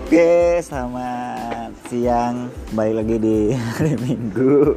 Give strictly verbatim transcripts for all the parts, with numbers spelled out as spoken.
Oke, selamat siang. Balik lagi di hari Minggu.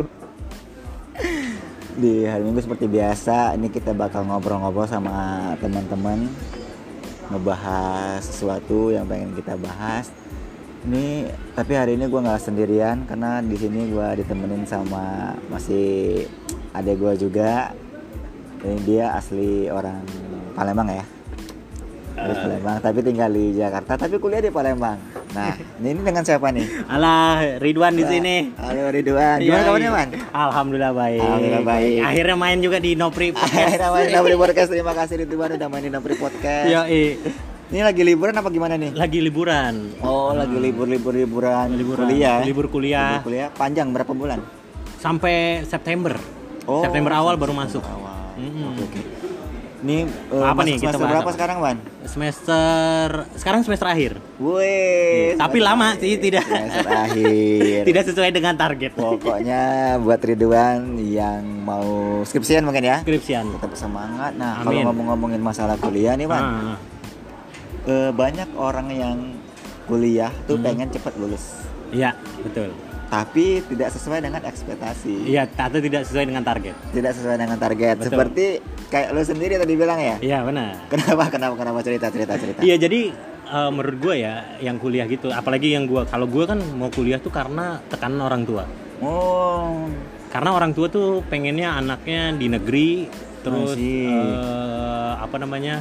Di hari Minggu seperti biasa, ini kita bakal ngobrol-ngobrol sama teman-teman, ngebahas sesuatu yang pengen kita bahas. Ini tapi hari ini gue nggak sendirian karena di sini gue ditemenin sama masih adek gue juga. Ini dia asli orang Palembang ya. Dari Palembang, tapi tinggal di Jakarta, tapi kuliah di Palembang. Nah, ini dengan siapa nih? Alah, Ridwan di sini. Halo Ridwan. Gimana kabarnya, Man? Alhamdulillah baik. Alhamdulillah baik. Akhirnya main juga di Nopri Podcast. Akhirnya main di Nopri Podcast. Terima kasih Ridwan udah main di Nopri Podcast. Yoi. Ini lagi liburan apa gimana nih? Lagi liburan. Oh, hmm. lagi libur-libur liburan liburan. kuliah. Libur kuliah. Libur kuliah panjang berapa bulan? Sampai September. Oh, September awal baru September masuk. Awal. Mm-hmm. Oke, oke. Ini uh, apa nih kita semester bahas berapa apa? sekarang, Wan? Semester sekarang semester akhir. Wih, Tapi lama sih, tidak. Semester akhir. Tidak sesuai dengan target. Pokoknya buat Ridwan yang mau skripsian mungkin ya. Skripsian. Tetap semangat. Nah, Amin. kalau ngomong-ngomongin masalah kuliah nih, Wan. Ah. Uh, banyak orang yang kuliah tuh hmm. pengen cepat lulus. Iya, betul. Tapi tidak sesuai dengan ekspektasi. Iya, atau tidak sesuai dengan target. Tidak sesuai dengan target. Betul. Seperti kayak lo sendiri tadi bilang ya. Iya, benar. Kenapa? Kenapa? Kenapa cerita cerita cerita? Iya, jadi uh, menurut gue ya yang kuliah gitu, apalagi yang gue, kalau gue kan mau kuliah tuh karena tekanan orang tua. Oh. Karena orang tua tuh pengennya anaknya di negeri, terus Masih. uh, apa namanya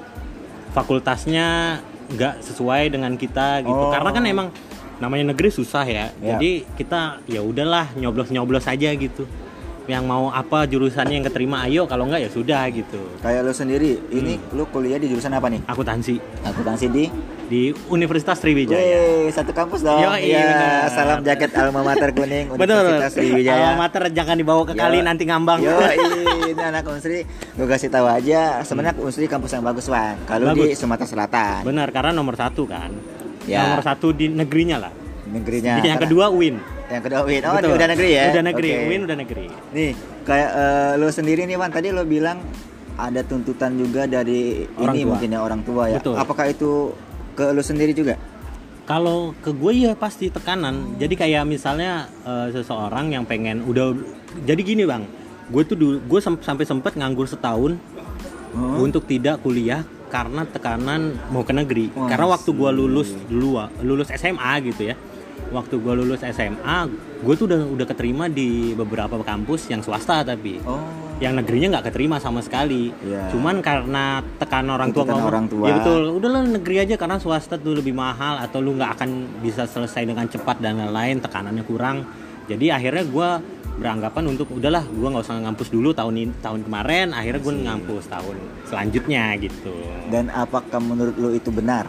fakultasnya nggak sesuai dengan kita gitu. Oh. Karena kan emang namanya negeri susah ya. Ya. Jadi kita ya udahlah nyoblos-nyoblos aja gitu. Yang mau apa jurusannya yang keterima ayo, kalau enggak ya sudah gitu. Kayak lo sendiri, ini Hmm. lo kuliah di jurusan apa nih? Akuntansi Akuntansi di di Universitas Sriwijaya. Wih, satu kampus dong. Yoi, ya, bener. salam jaket alma mater kuning Betul. Universitas Sriwijaya. Alma mater jangan dibawa ke kali Yo. nanti ngambang. Yo, ini anak Unsri, gue kasih tahu aja. Sebenarnya Unsri kampus yang bagus, Wan. Kalau di Bagus. Sumatera Selatan. Benar, karena nomor satu kan. Ya. Nomor satu di negerinya lah. Negerinya. Yang Karena- kedua U I N. Yang kedua U I N. Oh, Betul. udah negeri ya. Udah negeri, Oke. U I N udah negeri. Nih, kayak eh, lo sendiri nih, Wan. Tadi lo bilang ada tuntutan juga dari Orang ini tua. mungkin ya orang tua ya. Betul. Apakah itu ke lo sendiri juga? Kalau ke gue ya pasti tekanan. Jadi kayak misalnya uh, seseorang yang pengen udah jadi gini bang, gue tuh dulu gue sam- sampai sempet nganggur setahun Hmm? untuk tidak kuliah karena tekanan mau ke negeri. Wah, Karena waktu gue sih. lulus dulu lulus S M A gitu ya. Waktu gue lulus S M A, gue tuh udah udah keterima di beberapa kampus yang swasta tapi. Oh. Yang negerinya nggak keterima sama sekali. Ya. Cuman karena tekanan orang tua Tuntutan ngomong, orang tua. ya betul, udahlah negeri aja karena swasta tuh lebih mahal atau lu nggak akan bisa selesai dengan cepat dan lain-lain, tekanannya kurang. Jadi akhirnya gue beranggapan untuk udahlah gue nggak usah ngampus dulu tahun ini, tahun kemarin, akhirnya gue Masih. ngampus tahun selanjutnya gitu. Dan apakah menurut lo itu benar?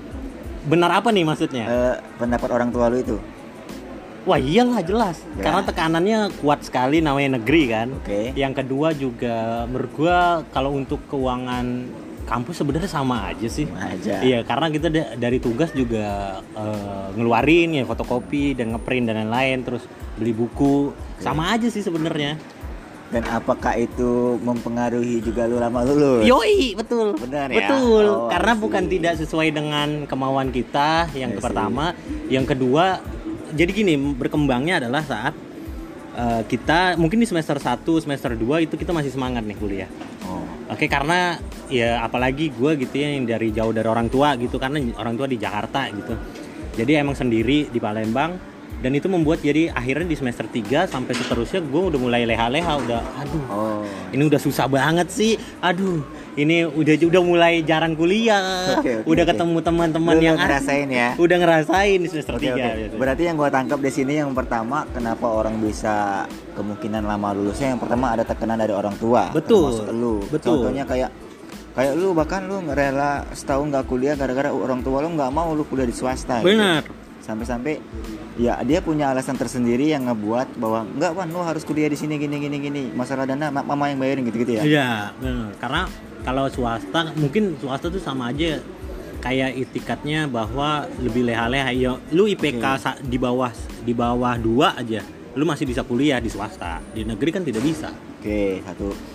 Benar apa nih maksudnya? Eh, pendapat orang tua lo itu? Wah iyalah jelas, Ya. karena tekanannya kuat sekali namanya negeri kan. Oke. Yang kedua juga menurut gua kalau untuk keuangan kampus sebenarnya sama aja sih. Sama aja. Iya, karena kita da- dari tugas juga eh, ngeluarin ya fotokopi dan ngeprint dan lain-lain, terus beli buku, sama aja sih sebenarnya. Dan apakah itu mempengaruhi juga lo lama lulus? Yoi, betul. Benar ya? Betul. Oh, Karena I see. bukan tidak sesuai dengan kemauan kita yang I see. pertama, yang kedua jadi gini, berkembangnya adalah saat uh, kita mungkin di semester satu, semester dua itu kita masih semangat nih kuliah. Oh. Oke, karena ya apalagi gue gitu ya yang dari jauh dari orang tua gitu, karena orang tua di Jakarta gitu. Jadi emang sendiri di Palembang, dan itu membuat jadi akhirnya di semester tiga sampai seterusnya gue udah mulai leha-leha, udah aduh. Oh. Ini udah susah banget sih. Aduh, ini udah udah mulai jarang kuliah. Oke, oke, udah oke. ketemu teman-teman Lu yang ngerasain ya. Udah ngerasain di semester Oke, tiga oke. biasanya. Berarti yang gue tangkap di sini yang pertama, kenapa orang bisa kemungkinan lama lulusnya, yang pertama ada tekanan dari orang tua. Betul. Termasuk lu. Betul. Contohnya kayak kayak lu bahkan lu rela setahun nggak kuliah gara-gara orang tua lu nggak mau lu kuliah di swasta. gitu. Benar. Sampai-sampai ya dia punya alasan tersendiri yang ngebuat bahwa enggak, Wan, lu harus kuliah di sini gini gini gini, masalah dana ma- mama yang bayarin gitu-gitu ya. Iya, benar. Karena kalau swasta mungkin swasta tuh sama aja kayak itikatnya bahwa lebih leha-leha. Ya, lu I P K Oke. sa- di bawah di bawah dua aja, lu masih bisa kuliah di swasta. Di negeri kan tidak bisa. Oke, satu.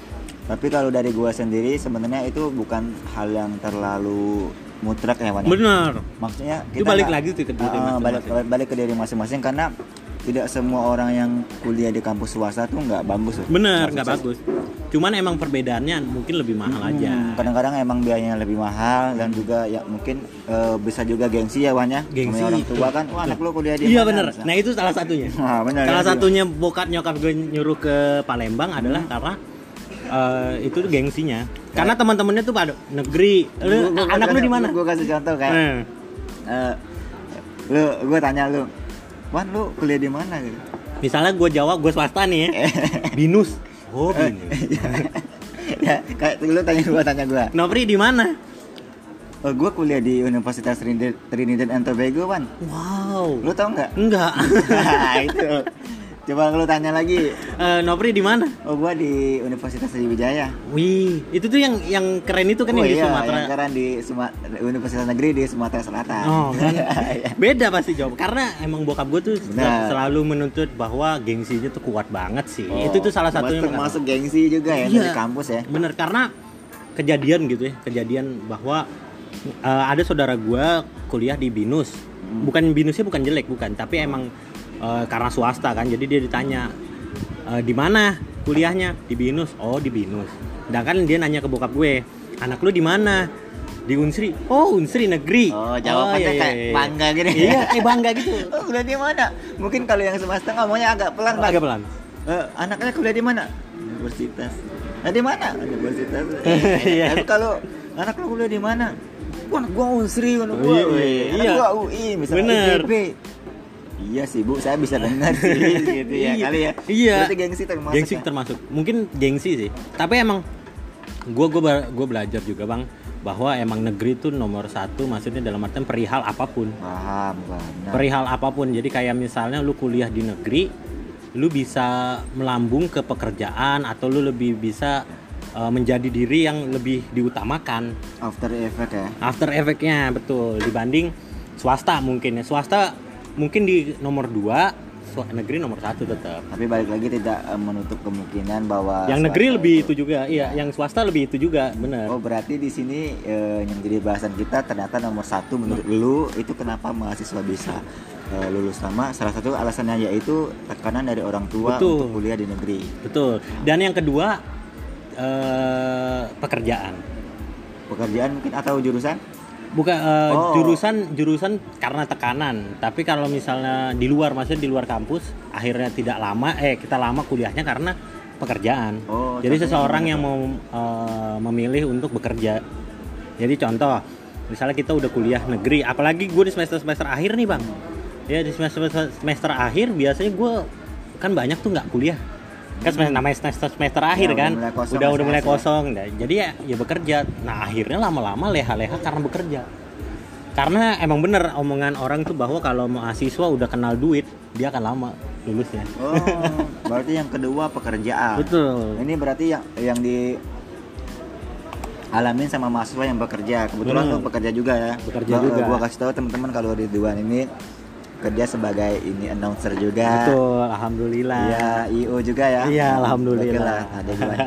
Tapi kalau dari gua sendiri sebenarnya itu bukan hal yang terlalu mutlak ya, Wan. Bener. Maksudnya Itu kita balik nggak- lagi tuh ke diri Ah, balik, masing-masing. balik ke diri masing-masing karena tidak semua orang yang kuliah di kampus swasta tuh nggak bagus loh. Bener, nggak sukses. bagus. Cuman emang perbedaannya mungkin lebih mahal aja. Hmm, kadang-kadang emang biayanya lebih mahal dan juga ya mungkin eh, bisa juga gengsi ya, Wan ya. Gengsi. Namanya orang tua kan, wah anak lu kuliah di Iya mana?" bener. Bisa. Nah itu salah satunya. Wah, bener, Salah ya, satunya bokap nyokap gue nyuruh ke Palembang adalah karena eh, itu tuh gengsinya. Karena teman-temannya tuh pada negeri. Lu, Gua- gua anak lu kasih- di mana? Gua kasih contoh kayak Eh, eh, lu gue tanya lu, "Wan, lu kuliah di mana?" gitu. misalnya gue jawab gue swasta nih ya. Binus. Oh binus. Ya, kayak lu tanya gua tanya gua. Nopri di mana? Oh, gua kuliah di Universitas Trinidad, Trinidad and Tobago, Wan. Wow. Lu tau nggak? Enggak. Nah, itu. Coba lu tanya lagi. Eh, Nopri di mana? Oh, gua di Universitas Sriwijaya. Wih, itu tuh yang yang keren itu kan Oh yang di iya, Sumatera. yang sekarang di Suma- Universitas Negeri di Sumatera Selatan. Oh kan, Iya. beda pasti jawab. Karena emang bokap gue tuh Benar. selalu menuntut bahwa gengsinya tuh kuat banget sih. Oh, Itu tuh salah satunya. termasuk gengsi juga ya Iya. dari kampus ya. Bener, karena kejadian gitu ya, kejadian bahwa eh, ada saudara gue kuliah di Binus. Hmm. Bukan Binusnya bukan jelek, bukan, tapi emang eh, karena swasta kan, jadi dia ditanya "Eh, di mana kuliahnya? Di Binus. Oh di Binus. Sedangkan dia nanya ke bokap gue, anak lu di mana? Di Unsri. Oh Unsri negeri. Oh, jawabannya iya, iya, kayak iya. bangga gini. Iya, kayak bangga gitu. Oh, kuliah di mana? Mungkin kalau yang swasta ngomongnya agak pelan, Bang. Agak pelan. Eh, anaknya kuliah di mana? Universitas. Nah, di mana? Universitas. Iya. Tapi kalau anak lu kuliah di mana? Wah, anak gua Unsri, anak Oh, gua. iya, Wih, iya. anak gua U I, misalnya Bener. I P B. Iya sih, Bu, saya bisa dengar sih gitu ya Iya. kali ya. Iya. Berarti gengsi termasuk. Gengsi ya? termasuk. Mungkin gengsi sih. Tapi emang gue gue gue belajar juga bang bahwa emang negeri itu nomor satu, maksudnya dalam artian perihal apapun. Paham, benar. Perihal apapun. Jadi kayak misalnya lu kuliah di negeri, lu bisa melambung ke pekerjaan atau lu lebih bisa uh, menjadi diri yang lebih diutamakan. After effect ya. After effect-nya betul dibanding swasta mungkin ya. Swasta mungkin di nomor dua, swa- negeri nomor satu tetap. Tapi balik lagi tidak eh, menutup kemungkinan bahwa Yang negeri swasta lebih itu- itu juga, iya. Yang swasta lebih itu juga, benar. Oh, berarti di sini eh, yang jadi bahasan kita ternyata nomor satu menurut lu itu kenapa mahasiswa bisa eh, lulus lama? Salah satu alasannya yaitu tekanan dari orang tua Betul. untuk kuliah di negeri. Betul. Dan yang kedua eh, pekerjaan. Pekerjaan mungkin atau jurusan? Bukan eh, Oh. jurusan jurusan karena tekanan. Tapi kalau misalnya di luar, maksudnya di luar kampus, akhirnya tidak lama, eh kita lama kuliahnya karena pekerjaan. Oh, Jadi contohnya seseorang gimana yang mau eh, memilih untuk bekerja. Jadi contoh, misalnya kita udah kuliah negeri, apalagi gue di semester semester akhir nih bang. Ya di semester semester akhir biasanya gue kan banyak tuh nggak kuliah. Kan semester, namanya semester semester akhir udah kan, mulai kosong udah udah mulai masa-masa. kosong. Nah, jadi ya ya bekerja. Nah akhirnya lama-lama leha-leha karena bekerja. Karena emang bener omongan orang tuh bahwa kalau mahasiswa udah kenal duit, dia akan lama lulusnya. Oh, berarti yang kedua pekerjaan. Betul. Ini berarti yang yang di alamin sama mahasiswa yang bekerja. Kebetulan Benar. tuh bekerja juga ya. Bekerja Gua- juga. Gua kasih tahu teman-teman kalau Ridwan ini kerja sebagai ini announcer juga. Betul, alhamdulillah. Iya, I O juga ya. Iya, Oke alhamdulillah. lah, ada Ridwan.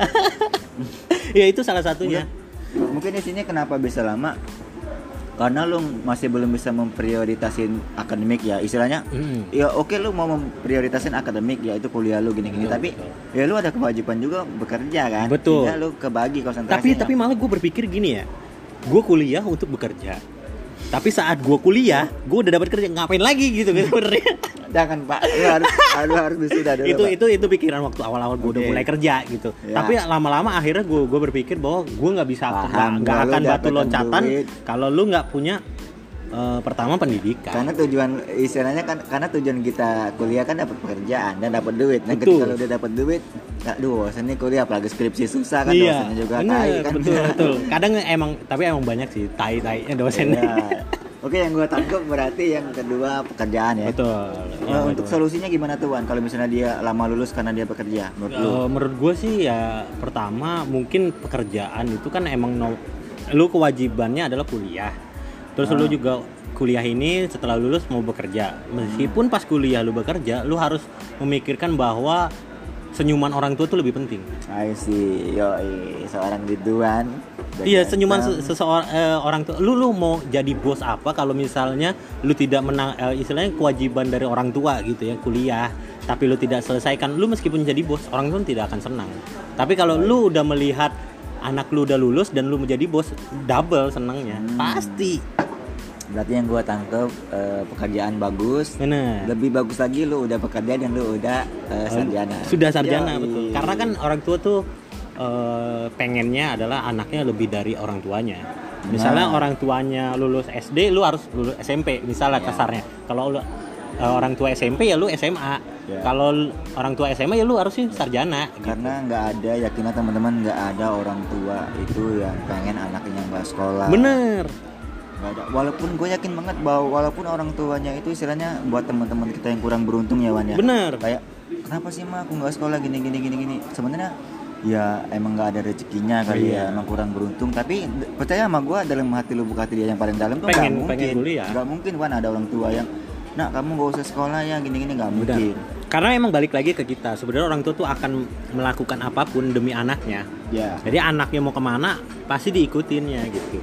Ya itu salah satunya. Mungkin di sini kenapa bisa lama? Karena lu masih belum bisa memprioritasin akademik ya, istilahnya. Mm. Ya oke lu mau memprioritasin akademik yaitu kuliah lu gini-gini, Betul, tapi betul. ya lu ada kewajiban juga bekerja kan. Betul. Sehingga lu kebagi konsentrasinya. Tapi tapi malah gue berpikir gini ya, gue kuliah untuk bekerja. Tapi saat gue kuliah, gue udah dapat kerja, ngapain lagi gitu kan sebenarnya. jangan Pak, lu harus lu harus wisuda dulu. itu Pak. itu itu pikiran waktu awal-awal gue udah Oke. mulai kerja gitu. Ya. Tapi lama-lama akhirnya gue gue berpikir bahwa gue nggak bisa Paham, nggak nggak kalau akan lu batu dapetin loncatan duit. kalau lu nggak punya eh, pertama pendidikan. Karena tujuan istilahnya kan karena tujuan kita kuliah kan dapat pekerjaan dan dapat duit. Nah, Betul. ketika lu udah dapat duit, aduh, bosan nih kuliah apalagi skripsi susah kan, Iya, dosennya juga bener, tai kan. betul betul. Kadang emang tapi emang banyak sih tai-tainya dosen. Iya. Oke, yang gue tangkap berarti yang kedua pekerjaan ya. Betul. Eh, Yang untuk kedua. solusinya gimana tuh Wan? Kalau misalnya dia lama lulus karena dia bekerja, menurut lu? Eh, menurut gue sih ya pertama mungkin pekerjaan itu kan emang no, lu kewajibannya adalah kuliah. Terus Ah. lu juga kuliah ini setelah lulus mau bekerja. Meskipun pas kuliah lu bekerja, lu harus memikirkan bahwa senyuman orang tua tuh lebih penting. I see, yoi, seorang Ridwan. Iya, senyuman seseorang uh, orang tua. Lu lu mau jadi bos apa kalau misalnya lu tidak menang uh, istilahnya kewajiban dari orang tua gitu ya, kuliah, tapi lu tidak selesaikan, lu meskipun jadi bos, orang tua tidak akan senang. Tapi kalau lu udah melihat anak lu udah lulus dan lu menjadi bos, double senangnya. Hmm. Pasti. Berarti yang gua tangkep uh, pekerjaan bagus. Bener. Lebih bagus lagi lu udah bekerja dan lu udah uh, sarjana. Sudah sarjana, yoi. Betul. Karena kan orang tua tuh Uh, pengennya adalah anaknya lebih dari orang tuanya. Misalnya nah. orang tuanya lulus S D, lu harus lulus S M P misalnya, yeah. kasarnya. Kalau lu, uh, orang tua S M P ya lu S M A. Yeah. Kalau orang tua S M A ya lu harus sih sarjana. Karena nggak gitu. Ada, yakinlah teman-teman, nggak ada orang tua itu yang pengen anaknya nggak sekolah. Bener. Nggak ada. Walaupun gue yakin banget bahwa walaupun orang tuanya itu istilahnya buat teman-teman kita yang kurang beruntung ya Wan ya. Bener. Kayak kenapa sih mah aku nggak sekolah gini gini gini gini. Sebenarnya ya emang nggak ada rezekinya kali iya. ya, emang kurang beruntung. Tapi percaya sama gue, dalam hati lubuk hati dia yang paling dalam tuh nggak mungkin nggak mungkin kan ada orang tua yang nak kamu nggak usah sekolah ya gini-gini, nggak mungkin. Karena emang balik lagi ke kita, sebenarnya orang tua tuh akan melakukan apapun demi anaknya ya. Jadi anaknya mau kemana pasti diikutinnya gitu.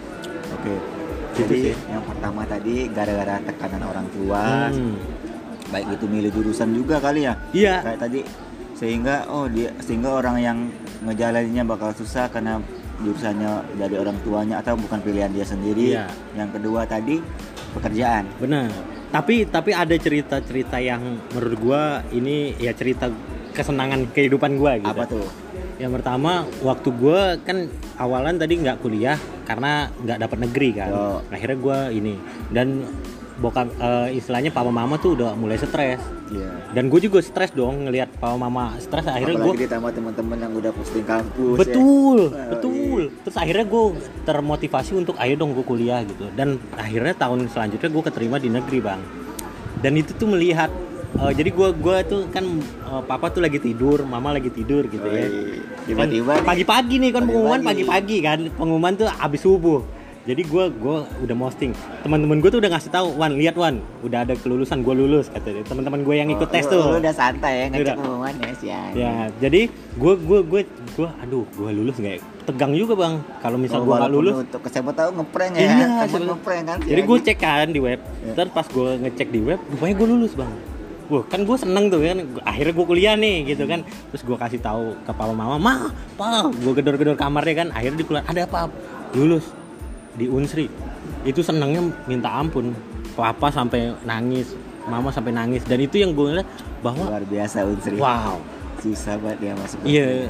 Oke, jadi gitu yang pertama tadi gara-gara tekanan orang tua, hmm. baik itu milih jurusan juga kali ya. Iya. Kayak tadi sehingga oh dia sehingga orang yang ngejalaninnya bakal susah karena jurusannya dari orang tuanya atau bukan pilihan dia sendiri. Iya. Yang kedua tadi pekerjaan. Benar. Tapi tapi ada cerita-cerita yang menurut gua ini ya cerita kesenangan kehidupan gua gitu. Apa tuh? Yang pertama waktu gua kan awalan tadi nggak kuliah karena nggak dapat negeri kan. Yo. Akhirnya gua ini dan bokap uh, istilahnya papa mama tuh udah mulai stres. Yeah. Dan gue juga stres dong ngelihat papa mama stres. Akhirnya gue ditambah teman-teman yang udah posting kampus. Betul, ya. betul. Terus akhirnya gue termotivasi untuk ayo dong gue kuliah gitu. Dan akhirnya tahun selanjutnya gue keterima di negeri bang. Dan itu tuh melihat uh, jadi gue gue tuh kan uh, papa tuh lagi tidur, mama lagi tidur gitu. Oh, ya. Tiba-tiba kan, pagi-pagi nih kan pengumuman pagi-pagi kan pengumuman tuh abis subuh. Jadi gue gue udah posting, teman-teman gue tuh udah ngasih tahu, Wan lihat Wan, udah ada kelulusan, gue lulus katanya. Teman-teman gue yang ikut oh, tes lu, tuh. Lu udah santai ya ngecek pengumumannya sih ya. Ya, jadi gue gue gue gue, aduh, gue lulus nggak? Tegang juga bang, kalau misal oh, gue nggak lulus. Untuk siapa tahu ngeprank ya. Iya, ngeprank kan. Jadi gue cek kan di web, ya. Terus pas gue ngecek di web, rupanya gue lulus bang. Wah kan gue seneng tuh kan, akhirnya gue kuliah nih gitu kan. Terus gue kasih tahu ke papa mama, ma, pa, gue gedor-gedor kamarnya kan. Akhirnya di keluar, ada apa? Lulus di Unsri. Itu senangnya minta ampun. Papa sampai nangis, mama sampai nangis, dan itu yang gue lihat bahwa luar biasa Unsri. Wow, susah banget dia masuk. Iya.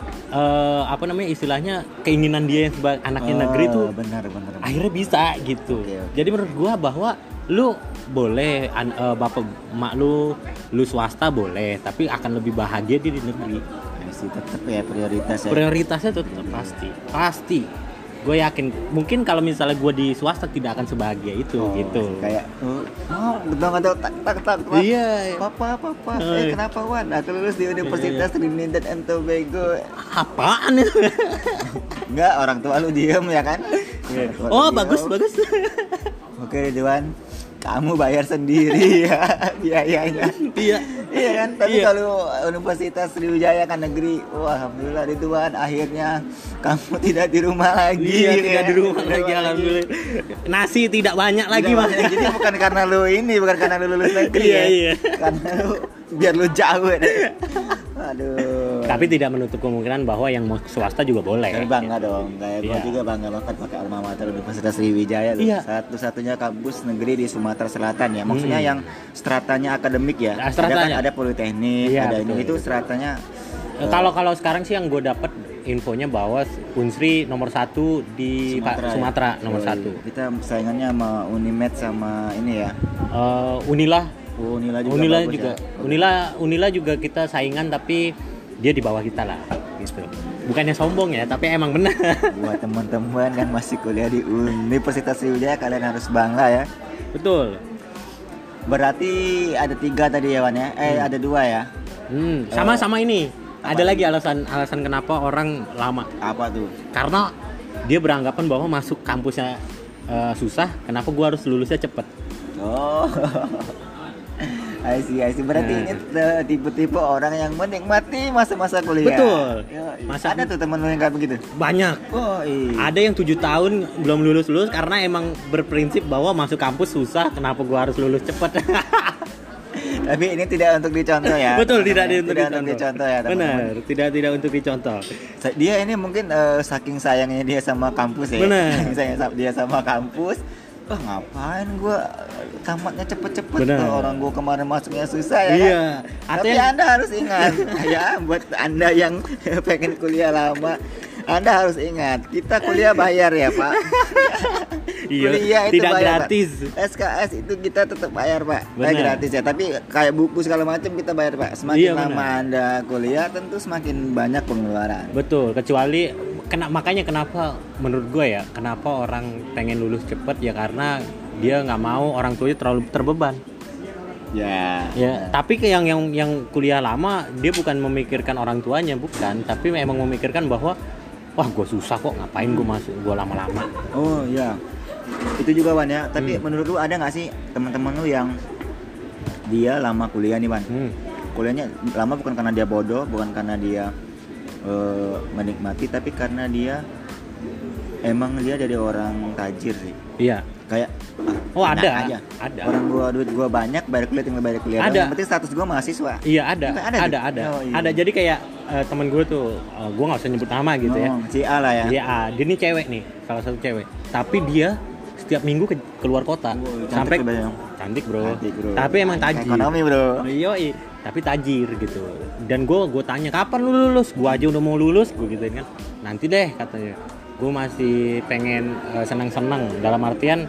Uh, apa namanya istilahnya keinginan dia yang sebagai anaknya oh, negeri tuh benar, benar, benar. Akhirnya bisa gitu. Okay, okay. Jadi menurut gue bahwa lu boleh an, uh, bapak mak lu lu swasta boleh, tapi akan lebih bahagia dia di negeri. Masih tetap ya prioritas ya. Prioritasnya tetap pasti, pasti. Gue yakin mungkin kalau misalnya gue di swasta tidak akan sebahagia itu oh, gitu. Kayak oh betul betul tak tak tak. Iya. Papa papa. Oh, eh kenapa Wan? Aku lulus di Universitas Trinidad and Tobago. Apaan itu? Enggak, orang tua lu diem ya kan? Oh bagus bagus. Oke Ridwan, kamu bayar sendiri ya biayanya. Iya. Iya kan, tapi iya. Kalau Universitas Sriwijaya kan negeri, wah alhamdulillah Ridwan, akhirnya kamu tidak di rumah lagi. Iya, ya. Tidak di rumah tidak lagi alhamdulillah. Nasi tidak banyak tidak lagi mas. Jadi bukan karena lu ini, bukan karena lu lulus negeri iya, ya. Iya. Karena lu biar lu jauh deh. Aduh. Tapi tidak menutup kemungkinan bahwa yang mau swasta juga boleh. Tapi bangga dong, kayak gue juga bangga banget pakai alma mater Universitas Sriwijaya tuh. Iya. Satu-satunya kampus negeri di Sumatera Selatan ya. Maksudnya hmm. yang stratanya akademik ya. Nah, stratanya. Ada, kan, ada politeknik, iya, ada betul, ini itu stratanya. Kalau uh, kalau sekarang sih yang gue dapat infonya bahwa Unsri nomor satu di Sumatera, Sumatera ya? Nomor oh, satu. Kita saingannya sama Unimed sama ini ya. Uh, Unila. Oh, Unila juga. Unila juga. Ya. Unila Unila juga kita saingan tapi dia di bawah kita lah gitu. Bukannya sombong ya, tapi emang benar. Buat teman-teman yang masih kuliah di Universitas Sriwijaya kalian harus bangga ya. Betul. Berarti ada tiga tadi ya Wan ya. Eh hmm. ada dua ya. Hmm, sama-sama uh, ini. Ada lagi alasan alasan kenapa orang lama. Apa tuh? Karena dia beranggapan bahwa masuk kampusnya uh, susah, kenapa gua harus lulusnya cepet. Oh. I see, I see. Berarti Nah. ini t- tipe-tipe orang yang menikmati masa-masa kuliah. Betul. Yoi. Masa- Ada tuh temen lu yang kayak begitu. Banyak. Oh iya. Ada yang tujuh tahun belum lulus-lulus karena emang berprinsip bahwa masuk kampus susah, kenapa gua harus lulus cepet. Tapi ini tidak untuk dicontoh ya. Betul, tidak, teman-teman. untuk tidak dicontoh. untuk dicontoh ya, teman-teman. Benar, tidak tidak untuk dicontoh. Sa- Dia ini mungkin eh, saking sayangnya dia sama kampus ya. Benar. Saking sayang sa- dia sama kampus. Wah ngapain gua tamatnya cepet-cepet Benar. tuh, orang gua kemarin masuknya susah ya Iya. kan? Atau Tapi yang- Anda harus ingat ya, buat Anda yang pengen kuliah lama, Anda harus ingat kita kuliah bayar ya Pak. Iya, Kuliah itu tidak bayar, gratis. Pak. S K S itu kita tetap bayar Pak. Eh, Benar. gratis ya, tapi kayak buku segala macam kita bayar Pak. Semakin Iya, lama benar. Anda kuliah tentu semakin banyak pengeluaran. Betul, kecuali kena, makanya kenapa menurut gue ya, kenapa orang pengen lulus cepet ya karena dia nggak mau orang tuanya terlalu terbeban. Ya. Ya, tapi ke yang yang yang kuliah lama dia bukan memikirkan orang tuanya, bukan, tapi memang memikirkan bahwa wah gue susah kok, ngapain gue masuk gue lama-lama. Oh iya, itu juga Wan ya. Tapi Hmm. menurut lu ada nggak sih teman-teman lu yang dia lama kuliah nih Wan? Hmm. Kuliahnya lama bukan karena dia bodoh, bukan karena dia eh, menikmati, tapi karena dia emang dia dari orang tajir sih. Iya. Kayak Oh, enak ada. aja. Ada. Orang gua duit gua banyak, bayar kuliah tinggal bayar kuliah. Ada. Yang penting status gua mahasiswa. Iya ada, Ada, ada, ada ada, tuh? Oh, iya. ada. Jadi kayak eh, temen gue tuh, eh, gue nggak usah nyebut nama gitu ya. Oh, si A lah ya. Dia A, dia ini cewek nih, salah satu cewek. Tapi dia setiap minggu ke, keluar kota, Oh, cantik sampai tuh, Bang. cantik bro. Cantik, bro. Tapi emang tajir. Ekonomi bro. Yoi, tapi tajir gitu. Dan gue gue tanya kapan lu lulus? Gue aja udah mau lulus, gue gituin kan. Nanti deh katanya. Gue masih pengen eh, senang-senang. Dalam artian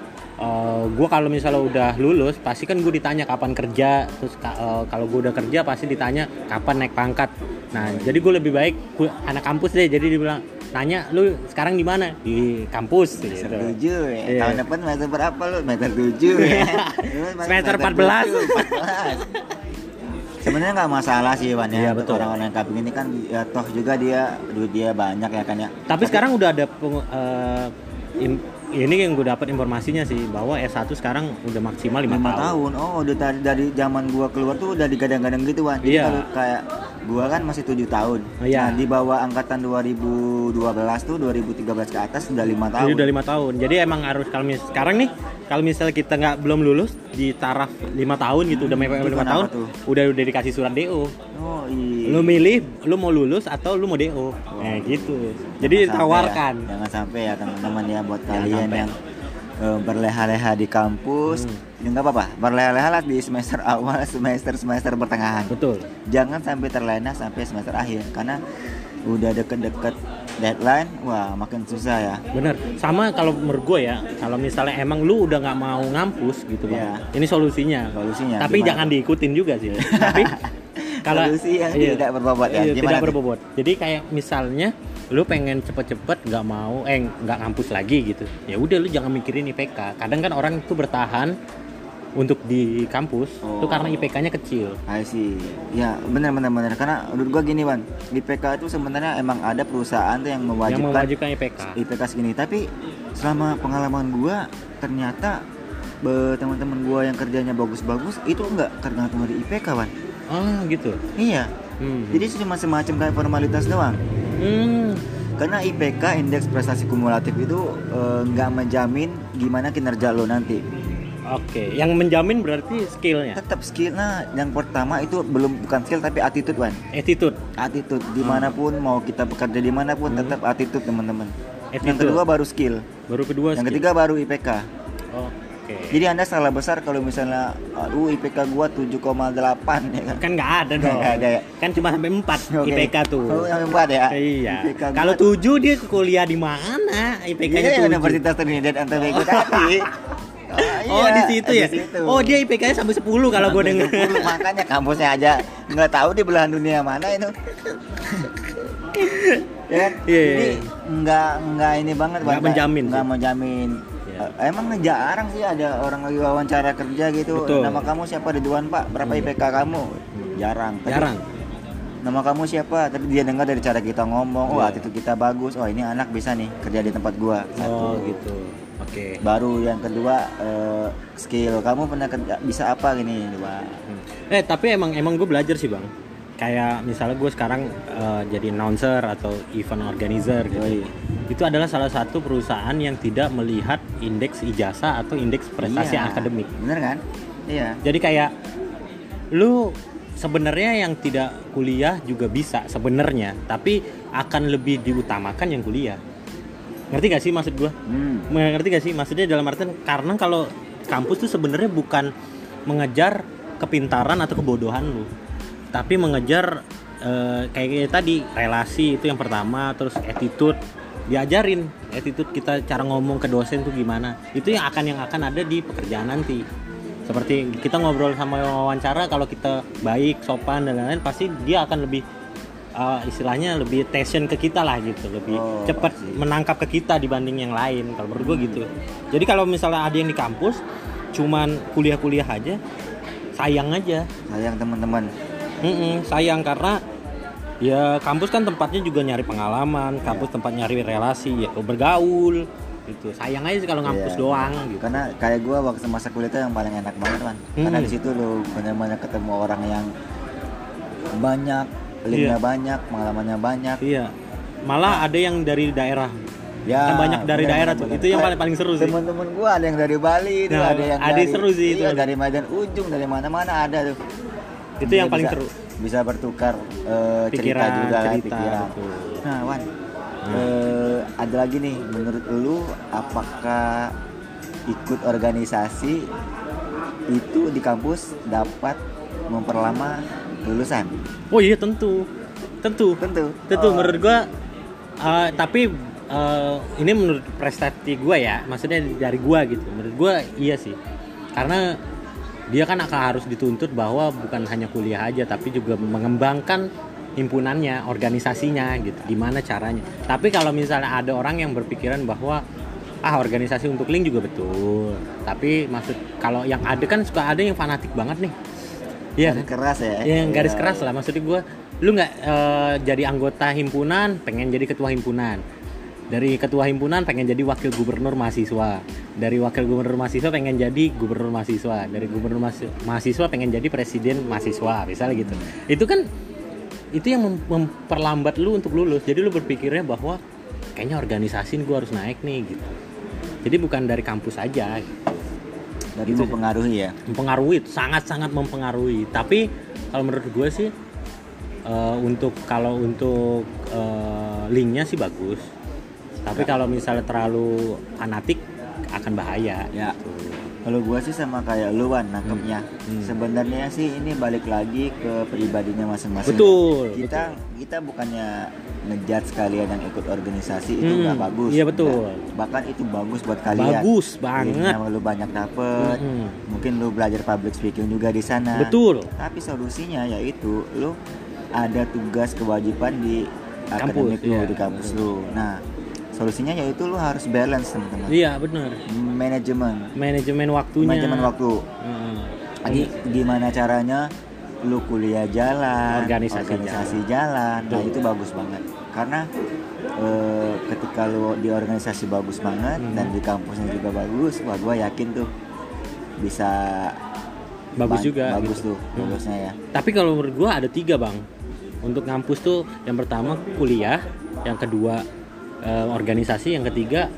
Uh, gue kalau misalnya udah lulus pasti kan gue ditanya kapan kerja, terus ka- uh, kalau gue udah kerja pasti ditanya kapan naik pangkat. Nah jadi gue lebih baik gua anak kampus deh, jadi dibilang nanya lu sekarang di mana, di kampus Semester gitu. tujuh ya. Iya. Tahun depan semester berapa lu? Semester tujuh ya. Lu masih Semester empat belas. tujuh, empat belas. Sebenarnya nggak masalah sih Wan ya, Iya, untuk betul. orang-orang yang kayak begini kan ya, toh juga dia duit dia banyak ya kan ya. Tapi sekarang udah ada peng- uh, in- ini yang gue dapat informasinya sih bahwa S satu sekarang udah maksimal lima lima tahun. tahun. Oh, udah dari, dari zaman gua keluar tuh udah digadang-gadang gitu Wan. Jadi Iya. kalau kayak gua kan masih tujuh tahun. Oh, iya. Nah, di bawah angkatan dua ribu dua belas tuh dua ribu tiga belas ke atas udah lima tahun. Jadi udah lima tahun. Jadi emang harus kalau mis- sekarang nih kalau misalnya kita nggak belum lulus di taraf lima tahun gitu, udah mepet itu lima kenapa tahun, tuh? udah udah dikasih surat D O. Oh, iya. Lu milih, lu mau lulus atau lu mau D O. Nah, gitu. Jadi Jangan sampai tawarkan. ya, jangan sampai ya teman-teman ya buat Jangan kalian sampai. yang eh, berleha-leha di kampus. Hmm. Ya nggak apa-apa, berleha-leha lah di semester awal, semester semester pertengahan. Betul. Jangan sampai terlena sampai semester akhir karena udah deket-deket deadline, wah makin susah ya. Bener. Sama kalau menurut gue ya, kalau misalnya emang lu udah nggak mau ngampus gitu bang, Iya. ini solusinya. Solusinya Tapi gimana? jangan diikutin juga sih. Tapi kalau Solusi yang iya. tidak berbobot ya. Iya, Gimana tidak tuh? berbobot. Jadi kayak misalnya lu pengen cepet-cepet nggak mau eh nggak ngampus lagi gitu. Ya udah lu jangan mikirin I P K. Kadang kan orang itu bertahan untuk di kampus Oh. itu karena I P K-nya kecil. I see. Ya benar benar benar karena menurut gua gini Wan, I P K itu sebenarnya emang ada perusahaan tuh yang Yang mewajibkan mewajibkan I P K. I P K segini. Tapi selama pengalaman gua ternyata be- teman-teman gua yang kerjanya bagus-bagus itu enggak tergantung dari I P K Wan. Ah gitu. Iya. Hmm. Jadi cuma semacam kayak formalitas doang. Hmm. Karena I P K indeks prestasi kumulatif itu eh, nggak menjamin gimana kinerja lo nanti. Oke, yang menjamin berarti skillnya, Tetap skill. Nah, yang pertama itu belum bukan skill tapi attitude Wan. attitude. Attitude dimanapun mau kita bekerja dimanapun Hmm. tetap attitude teman-teman. Yang Attitude. kedua baru skill. Baru kedua Yang skill. ketiga baru I P K. Oke. Jadi anda salah besar kalau misalnya aduh I P K gua tujuh koma delapan ya kan. Kan nggak ada dong. Nggak ada ya. Kan cuma sampai empat Oke. I P K tuh. Oh, yang empat ya. Iya. I P K gua- Kalau tujuh dia kuliah di mana? I P K-nya Iya, tujuh. Universitas Trinidad Antonego tadi. Oh, iya, di situ ya. situ. Oh, dia I P K-nya sampai sepuluh kalau gue Sampai denger. sepuluh, makanya kampusnya aja nggak tahu di belahan dunia mana itu. Ya, Iya, iya, jadi iya. nggak nggak ini banget Nggak Bang. menjamin nggak sih. menjamin. Iya. Eh, Emang jarang sih ada orang lagi wawancara kerja gitu. Betul. Nama kamu siapa Ridwan Pak? Berapa I P K kamu? Jarang. Tapi Jarang. nama kamu siapa? Tapi dia dengar dari cara kita ngomong, oh Iya. attitude kita bagus, oh ini anak bisa nih kerja di tempat gua. Oh Satu. gitu. Oke. Baru yang kedua eh, skill, kamu pernah kerja bisa apa gini, coba. Eh tapi emang emang gue belajar sih bang. Kayak misalnya gue sekarang eh, jadi announcer atau event organizer gitu. Yoi. Itu adalah salah satu perusahaan yang tidak melihat indeks ijazah atau indeks prestasi Iya. akademik. Bener kan? Iya. Jadi kayak lu sebenarnya yang tidak kuliah juga bisa sebenarnya, tapi akan lebih diutamakan yang kuliah. Ngerti gak sih maksud gue? Hmm. Ngerti gak sih? Maksudnya dalam artian karena kalau kampus tuh sebenarnya bukan mengejar kepintaran atau kebodohan lu, tapi mengejar eh, kayak, kayak tadi relasi itu yang pertama, terus attitude, diajarin attitude kita, cara ngomong ke dosen tuh gimana. Itu yang akan yang akan ada di pekerjaan nanti. Seperti kita ngobrol sama wawancara, kalau kita baik, sopan dan lain-lain, pasti dia akan lebih uh, istilahnya lebih attention ke kita lah gitu, lebih Oh, cepat pasti. menangkap ke kita dibanding yang lain. Kalau menurut gue gitu. Jadi kalau misalnya ada yang di kampus cuman kuliah-kuliah aja, sayang aja. Sayang teman-teman. Mm-mm, sayang karena ya kampus kan tempatnya juga nyari pengalaman, kampus tempat nyari relasi, ya bergaul gitu. Sayang aja sih kalau ngampus Iya. doang gitu. Karena kayak gue waktu masa kuliah itu yang paling enak banget kan. Karena Hmm. di situ lu benar-benar ketemu orang yang banyak, linknya Iya. banyak, pengalamannya banyak. Iya. Malah ada yang dari daerah. Ya, Kan banyak dari bener, daerah bener, tuh. bener. Itu yang paling paling seru sih. Temen-temen gue ada yang dari Bali, tuh, Nah, ada yang ada dari seru sih itu. iya, dari Medan Ujung, dari mana-mana ada tuh. Itu Dia yang paling bisa, seru. Bisa bertukar eh, cerita Pikiran, juga, lah, cerita, pikiran. betul. Nah, Wan, eh, ada lagi nih. Menurut lu, apakah ikut organisasi itu di kampus dapat memperlama lulusan? Oh iya tentu. Tentu. Tentu. Tentu Oh. menurut gua uh, tapi uh, ini menurut prestasi gua ya, maksudnya dari gua gitu. Menurut gua iya sih. Karena dia kan akan harus dituntut bahwa bukan hanya kuliah aja tapi juga mengembangkan himpunannya, organisasinya gitu. Gimana caranya. Tapi kalau misalnya ada orang yang berpikiran bahwa ah organisasi untuk link juga betul. Tapi maksud kalau yang ada kan suka ada yang fanatik banget nih. Iya. Garis keras ya. Yang garis Iya. keras lah, maksudnya gue, lu nggak eh, jadi anggota himpunan pengen jadi ketua himpunan, dari ketua himpunan pengen jadi wakil gubernur mahasiswa, dari wakil gubernur mahasiswa pengen jadi gubernur mahasiswa, dari gubernur mahasi- mahasiswa pengen jadi presiden mahasiswa, misalnya gitu. Itu kan itu yang mem- memperlambat lu untuk lulus. Jadi lu berpikirnya bahwa kayaknya organisasi gue harus naik nih gitu. Jadi bukan dari kampus aja. Dari Gitu sih. mempengaruhi ya. Mempengaruhi, sangat-sangat mempengaruhi. Tapi kalau menurut gue sih eh, untuk kalau untuk eh, linknya sih bagus. Tapi kalau misalnya terlalu fanatik akan bahaya. Ya. Gitu. Kalau gua sih sama kayak lu Wan nangkepnya. Hmm. Sebenarnya sih ini balik lagi ke pribadinya masing-masing. Betul, Kita kita bukannya ngejudge kalian yang ikut organisasi itu Hmm, nggak bagus. iya, betul. Nggak. Bahkan itu bagus buat kalian. Bagus banget. Linknya lu banyak dapet. Hmm. Mungkin lu belajar public speaking juga di sana. Betul. Tapi solusinya yaitu lu ada tugas kewajiban di akademik lu, iya. di kampus lu. Nah, solusinya yaitu lu harus balance teman-teman. Iya benar. Manajemen, Manajemen waktunya. manajemen waktu. Heeh. Lagi gimana caranya lu kuliah jalan, Organisasi jalan. Nah, Betul. itu bagus banget. Karena eh, ketika lu di organisasi bagus banget Hmm. dan di kampusnya juga bagus, wah gua yakin tuh bisa Bagus ban- juga. bagus gitu. tuh lulusnya ya. Tapi kalau menurut gua ada tiga bang untuk ngampus tuh. Yang pertama kuliah, yang kedua eh, organisasi, yang ketiga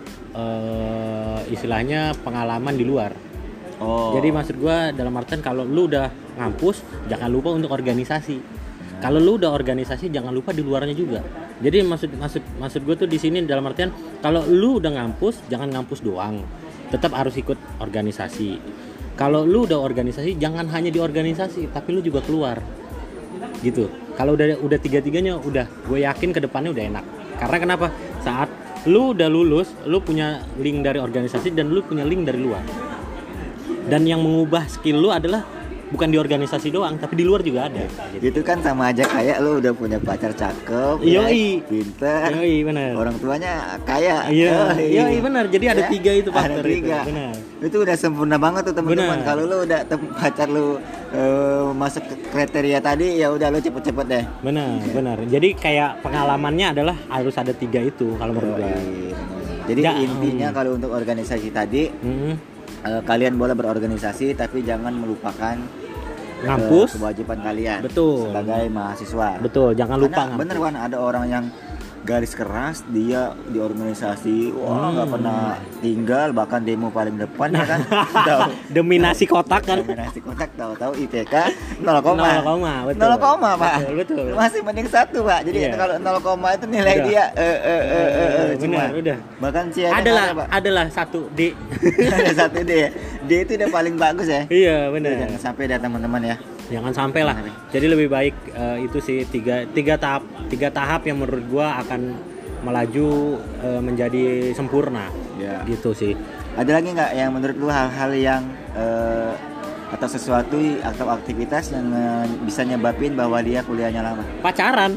eh, istilahnya pengalaman di luar. Oh. Jadi maksud gua dalam artian kalau lu udah ngampus jangan lupa untuk organisasi. Kalau lu udah organisasi jangan lupa di luarnya juga. Jadi maksud maksud maksud gua tuh di sini dalam artian kalau lu udah ngampus jangan ngampus doang. Tetap harus ikut organisasi. Kalau lu udah organisasi jangan hanya di organisasi tapi lu juga keluar. Gitu. Kalau udah udah tiga-tiganya udah gue yakin ke depannya udah enak. Karena kenapa? Saat lu udah lulus, lu punya link dari organisasi dan lu punya link dari luar. Dan yang mengubah skill lu adalah bukan di organisasi doang, tapi di luar juga ada. Gitu. Itu kan sama aja kayak lu udah punya pacar cakep, Yoi. ya, pinter, Yoi, benar. orang tuanya kaya. Iya, Yoi. iya benar. Jadi ada Ya, tiga itu faktor ada tiga. itu. Benar. Itu udah sempurna banget tuh teman-teman. Benar. Kalau lu udah tem- pacar lu uh, masuk ke kriteria tadi, ya udah lu cepet-cepet deh. Benar, benar. Jadi kayak pengalamannya adalah harus ada tiga itu kalau menurut gua. Yoi. Jadi Ya, intinya hmm. kalau untuk organisasi tadi, Hmm. uh, kalian boleh berorganisasi tapi jangan melupakan Ngampus. uh, kewajiban kalian Betul. sebagai mahasiswa. Betul, jangan lupa Karena bener kan ada orang yang garis keras, dia di organisasi wah nggak Hmm. pernah tinggal, bahkan demo paling depan ya kan. Tahu Demi nasi kotak kan. dominasi kotak, tahu-tahu I P K nol koma Nol koma, betul. nol koma Pak. Betul, betul. Masih mending satu Pak. Jadi Iya. kalau nol koma itu nilai Udah. dia eh eh eh eh, eh, Benar, cuma. udah. Bahkan C N Adalah, ada, Pak. adalah satu D. Ada satu D ya. D itu udah paling bagus ya. Iya, Itu benar. jangan sampai dah teman-teman ya. Jangan sampai lah. Jadi lebih baik eh, itu sih tiga tiga tahap tiga tahap yang menurut gua akan melaju eh, menjadi sempurna. Ya. Gitu sih. Ada lagi nggak yang menurut lu hal-hal yang eh, atau sesuatu atau aktivitas yang eh, bisa nyebabin bahwa dia kuliahnya lama? Pacaran.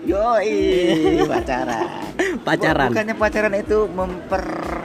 Yoi, pacaran. Pacaran. Bukannya pacaran itu memper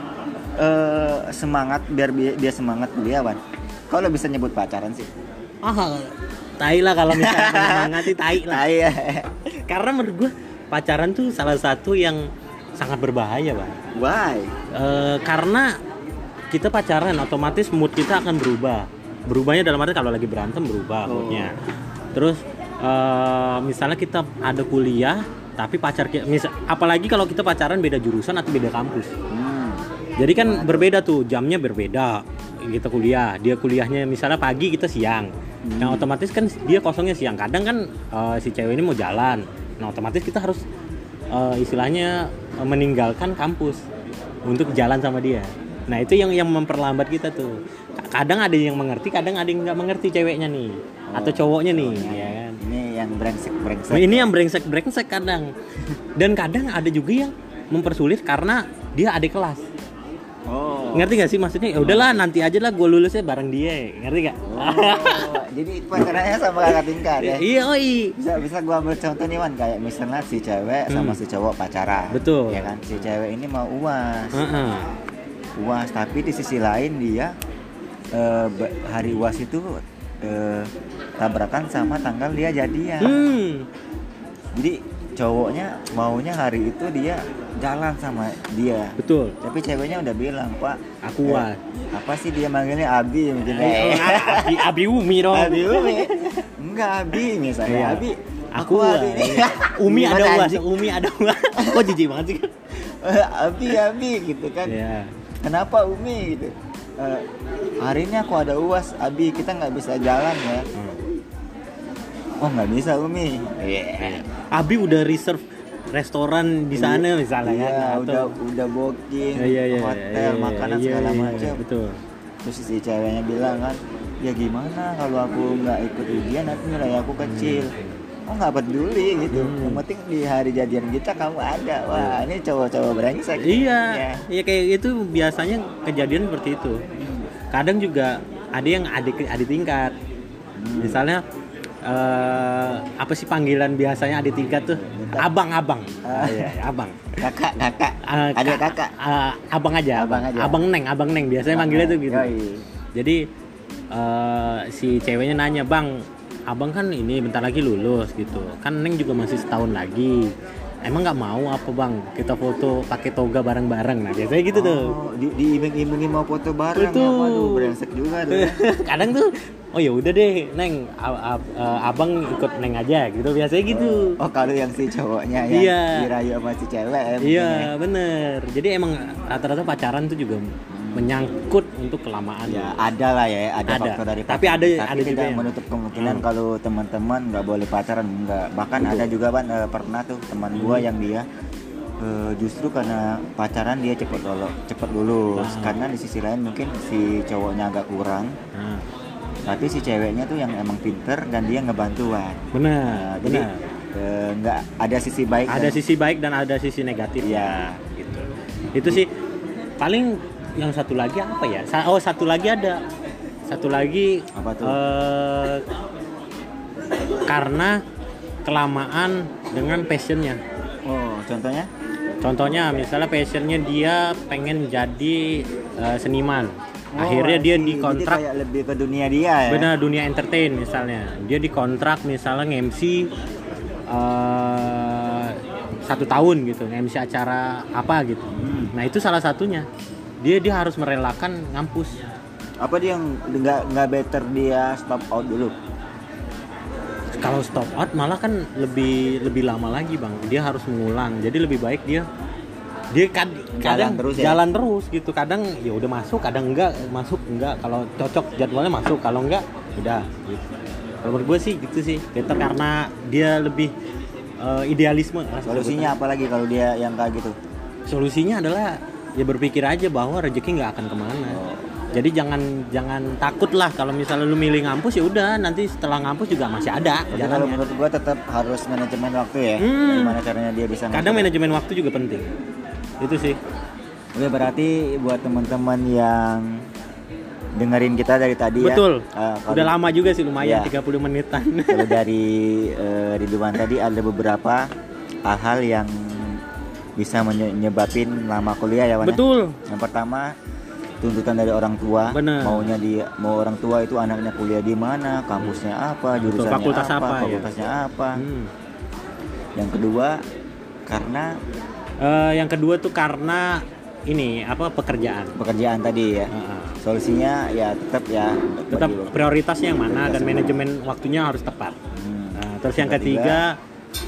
eh, semangat biar bi- dia semangat kuliah, Wan? Kalau bisa nyebut pacaran sih. Ah, tai lah kalau misalnya menyemangati tai lah. Nah, iya. Karena menurut gua pacaran tuh salah satu yang sangat berbahaya, Bang. Why? Eh, karena kita pacaran otomatis mood kita akan berubah. Berubahnya dalam arti kalau lagi berantem berubah Oh. moodnya. Terus eh, misalnya kita ada kuliah tapi pacar kita misal, apalagi kalau kita pacaran beda jurusan atau beda kampus. Hmm. Jadi kan berbeda tuh, jamnya berbeda. Kita kuliah, dia kuliahnya misalnya pagi, kita siang. Nah, otomatis kan dia kosongnya siang. Kadang kan eh, si cewek ini mau jalan. Nah, otomatis kita harus eh, istilahnya eh, meninggalkan kampus untuk jalan sama dia. Nah, itu yang yang memperlambat kita tuh. Kadang ada yang mengerti, kadang ada yang nggak mengerti ceweknya nih atau cowoknya nih, ya kan. Ini yang brengsek-brengsek. Nah, ini yang brengsek-brengsek kadang. Dan kadang ada juga yang mempersulit karena dia adik kelas. Oh. Ngerti gak sih maksudnya? Ya udahlah nanti aja lah gue lulusnya bareng dia. Ngerti gak? Oh, jadi pacarannya sama kakak tingkat ya? Iya, oi. Bisa bisa gua ambil contoh nih Wan, kayak misalnya si cewek sama Hmm. si cowok pacaran. Betul. Ya kan, si cewek ini mau uas. Heeh. Uas, tapi di sisi lain dia eh, be- hari uas itu eh, tabrakan sama tanggal dia jadian. Hmm. Jadi cowoknya maunya hari itu dia jalan sama dia. Betul. Tapi ceweknya udah bilang, "Pak, Aku eh, uas." apa sih dia manggilnya Abi mungkin Eh, Abi, Abi Umi dong. Abi Umi. Enggak Abi misalnya. Iya. Abi Aku Abi. Iya. Umi ada Gimana, uas, anjing? Umi ada uas. Kok jijik banget sih? Abi Abi gitu kan. Iya. Kenapa Umi gitu? "Eh, hari ini aku ada uas Abi, kita nggak bisa jalan ya." Hmm. Oh nggak bisa Umi. Iya. Abi udah reserve restoran di sana misalnya Iya, kan udah atau udah booking iya, iya, iya, hotel, iya, makanan iya, segala iya, macam. betul. Terus si ceweknya bilang kan, ya gimana kalau aku nggak ikut ujian nanti nilai aku kecil. Oh nggak peduli gitu. Hmm. Yang penting di hari jadian kita kamu ada. Wah ini cowok-cowok brengsek. Iya, Ya. iya kayak itu biasanya kejadian seperti itu. Kadang juga ada yang adik adik tingkat. Hmm. Misalnya eh, apa sih panggilan biasanya adik tingkat tuh? Abang, abang. Ah. Iya, iya, abang. Kakak, kakak, Eh, ada ka- kakak. eh, abang aja, Abang abang, aja. abang neng, abang neng biasanya manggilnya tuh gitu. Yoi. Jadi eh, si ceweknya nanya, "Bang, abang kan ini bentar lagi lulus gitu. Kan neng juga masih setahun lagi. Emang nggak mau apa bang? Kita foto pakai toga bareng-bareng." Nah biasanya gitu tuh. Oh, di diiming-imingi mau foto bareng. Betul. Ya, waduh, brengsek juga tuh. Ya. Kadang tuh, oh ya udah deh, neng, a- a- eh, abang ikut neng aja gitu. Biasanya gitu. Oh, kalau yang si cowoknya yang Iya. dirayu sama si cewek ya, mungkin ya. Iya bener. Jadi emang rata-rata pacaran tuh juga menyangkut untuk kelamaan. Ya ada lah ya, ada, Ada. faktor dari Tapi pacaran. ada- Tapi ada juga tidak yang- menutup kemungkinan Hmm. kalau teman-teman nggak boleh pacaran, enggak. Bahkan Betul. ada juga kan eh, pernah tuh teman gua Hmm. yang dia eh, justru karena pacaran dia cepet lulus, cepet lulus. Ah. Karena di sisi lain mungkin si cowoknya agak kurang, Nah, tapi si ceweknya tuh yang emang pinter dan dia ngebantuan. benar, Nah, jadi benar. eh, nggak ada sisi baik. Ada dan- sisi baik dan ada sisi negatif. Iya. Gitu. Itu sih paling yang satu lagi apa ya? Sa- Oh satu lagi ada satu lagi Apa tuh? eh, karena kelamaan dengan passionnya. Oh, contohnya? Contohnya misalnya passionnya dia pengen jadi eh, seniman. Oh, Akhirnya dia I see. dikontrak. Jadi kayak lebih ke dunia dia ya. Benar, dunia entertain misalnya. Dia dikontrak misalnya nge-M C uh, satu tahun gitu, nge-M C acara apa gitu. Hmm. Nah itu salah satunya. Dia dia harus merelakan ngampus. Apa dia yang nggak nggak better dia stop out dulu? Kalau stop out malah kan lebih lebih lama lagi bang. Dia harus mengulang. Jadi lebih baik dia dia kad, kadang terus ya? jalan terus gitu. Kadang ya udah masuk, kadang enggak masuk enggak. Kalau cocok jadwalnya masuk, kalau enggak udah. Gitu. Kalau menurut gue sih gitu sih. Better karena dia lebih uh, idealisme. Solusinya apa lagi kalau dia yang kayak gitu? Solusinya adalah ya berpikir aja bahwa rezeki nggak akan kemana. Oh. Jadi jangan jangan takut lah kalau misalnya lu milih ngampus ya udah nanti setelah ngampus juga masih ada. Jadi kalau jalannya. menurut gua tetap harus manajemen waktu ya. Hmm. Gimana caranya dia bisa Kadang ngatur. manajemen waktu juga penting. Itu sih. Oke, berarti buat teman-teman yang dengerin kita dari tadi Betul. ya. uh, Udah lama juga sih lumayan Iya. tiga puluh menitan. Kalau dari uh, Ridwan tadi ada beberapa hal-hal yang bisa menyebabin lama kuliah ya, Wan. Betul. Yang pertama, tuntutan dari orang tua. Bener. Maunya dia mau orang tua itu anaknya kuliah di mana, kampusnya apa, jurusannya fakultas apa, apa, ya. fakultasnya apa. Hmm. Yang kedua, karena Eh, yang kedua tuh karena ini apa pekerjaan. pekerjaan tadi ya. Heeh. Solusinya ya tetap ya Tetap bagi- prioritasnya yang mana Prioritas dan yang manajemen waktunya harus tepat. Hmm. Nah, terus yang ketiga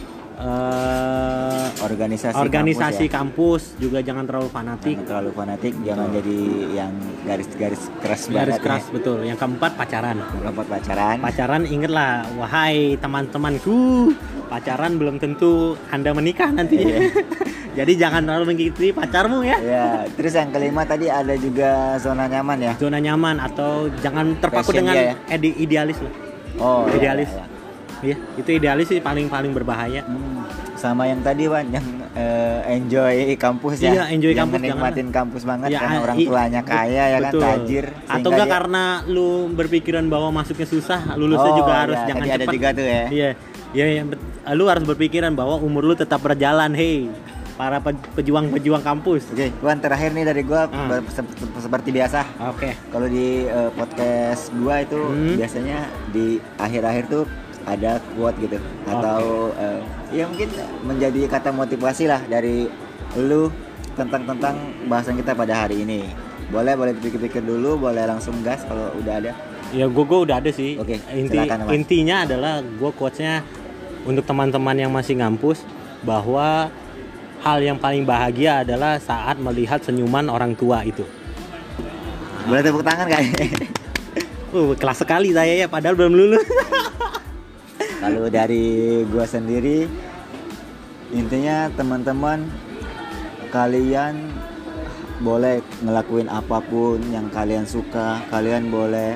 eh, organisasi organisasi kampus, kampus, juga jangan terlalu ya. fanatik. Jangan terlalu fanatik, jangan jadi yang garis-garis keras Garis banget keras ya. betul. Yang keempat pacaran. Tempat pacaran. Pacaran ingatlah wahai teman-temanku, pacaran belum tentu Anda menikah nantinya. Iya. Jadi jangan terlalu mengikuti pacarmu ya. Ya, terus yang kelima tadi ada juga zona nyaman ya. Zona nyaman atau jangan terpaku Passion dengan dia ya? ide- idealis lah. Oh, iya, Idealis. iya, iya. Iya, itu idealis sih paling-paling berbahaya. Hmm, sama yang tadi Wan, yang eh, enjoy kampus ya. Iya, enjoy yang kampus, menikmatin kampus banget Ya, karena orang i- tuanya kaya ya betul. kan, tajir. Atau sehingga enggak dia- karena lu berpikiran bahwa masuknya susah, lulusnya Oh, juga harus iya, jangan tadi ada cepat. juga tuh ya. Iya. Ya, ya bet- lu harus berpikiran bahwa umur lu tetap berjalan, hei. Para pe- pejuang-pejuang kampus. Oke, Wan, terakhir nih dari gua Hmm. ber- se- seperti biasa. Oke. Kalau di eh, podcast gua itu Hmm. biasanya di akhir-akhir tuh ada quote gitu atau eh, ya mungkin menjadi kata motivasi lah dari lu tentang tentang bahasan kita pada hari ini. Boleh boleh dipikir-pikir dulu, boleh langsung gas kalau udah ada. Ya gua gua udah ada sih. Oke, Inti silakan, Mas. intinya adalah gua quotes-nya untuk teman-teman yang masih ngampus bahwa hal yang paling bahagia adalah saat melihat senyuman orang tua itu. Boleh tepuk tangan kayaknya. Uh, kelas sekali saya ya, padahal belum lulus. Kalau dari gua sendiri, intinya teman-teman kalian boleh ngelakuin apapun yang kalian suka, kalian boleh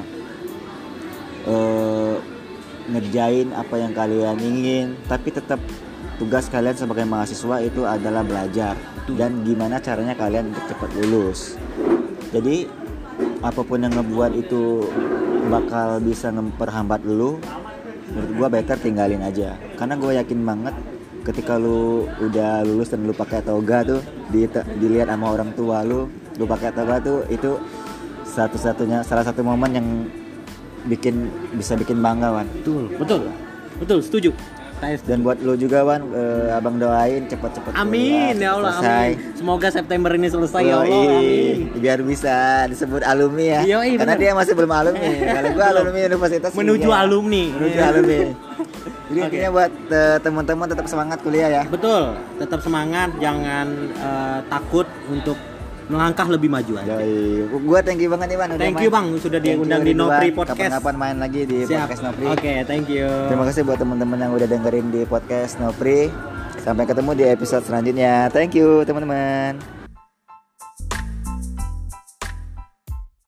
eh, ngerjain apa yang kalian ingin, tapi tetap tugas kalian sebagai mahasiswa itu adalah belajar dan gimana caranya kalian untuk cepat lulus. Jadi apapun yang ngebuat itu bakal bisa memperhambat lu, menurut gua better tinggalin aja. Karena gua yakin banget ketika lu udah lulus dan lu pakai toga tuh, di, dilihat sama orang tua lu, lu pakai toga tuh, itu satu-satunya salah satu momen yang bikin bisa bikin bangga, Wan. Betul, betul. Betul, setuju. Saya setuju. Dan buat lu juga, Wan, eh, abang doain cepet-cepet Amin kuliah, ya Allah, selesai. amin. Semoga September ini selesai ya Allah. Yoi, Amin. biar bisa disebut alumni ya. Yoi, karena bener. dia masih belum alumni. Kalau gua Belum. alumni universitas Menuju iya. alumni. Menuju Iya. alumni. Jadi Oke. intinya buat eh, teman-teman tetap semangat kuliah ya. Betul, tetap semangat, jangan eh, takut untuk melangkah lebih maju aja. Yoi. Gua thank you banget nih, Bang. udah Thank main. you Bang, sudah Thank you, diundang di Ridwan. Nopri Podcast. Kapan-kapan main lagi di Siap. podcast Nopri. Oke, thank you. Terima kasih buat teman-teman yang udah dengerin di podcast Nopri. Sampai ketemu di episode selanjutnya. Thank you, teman-teman.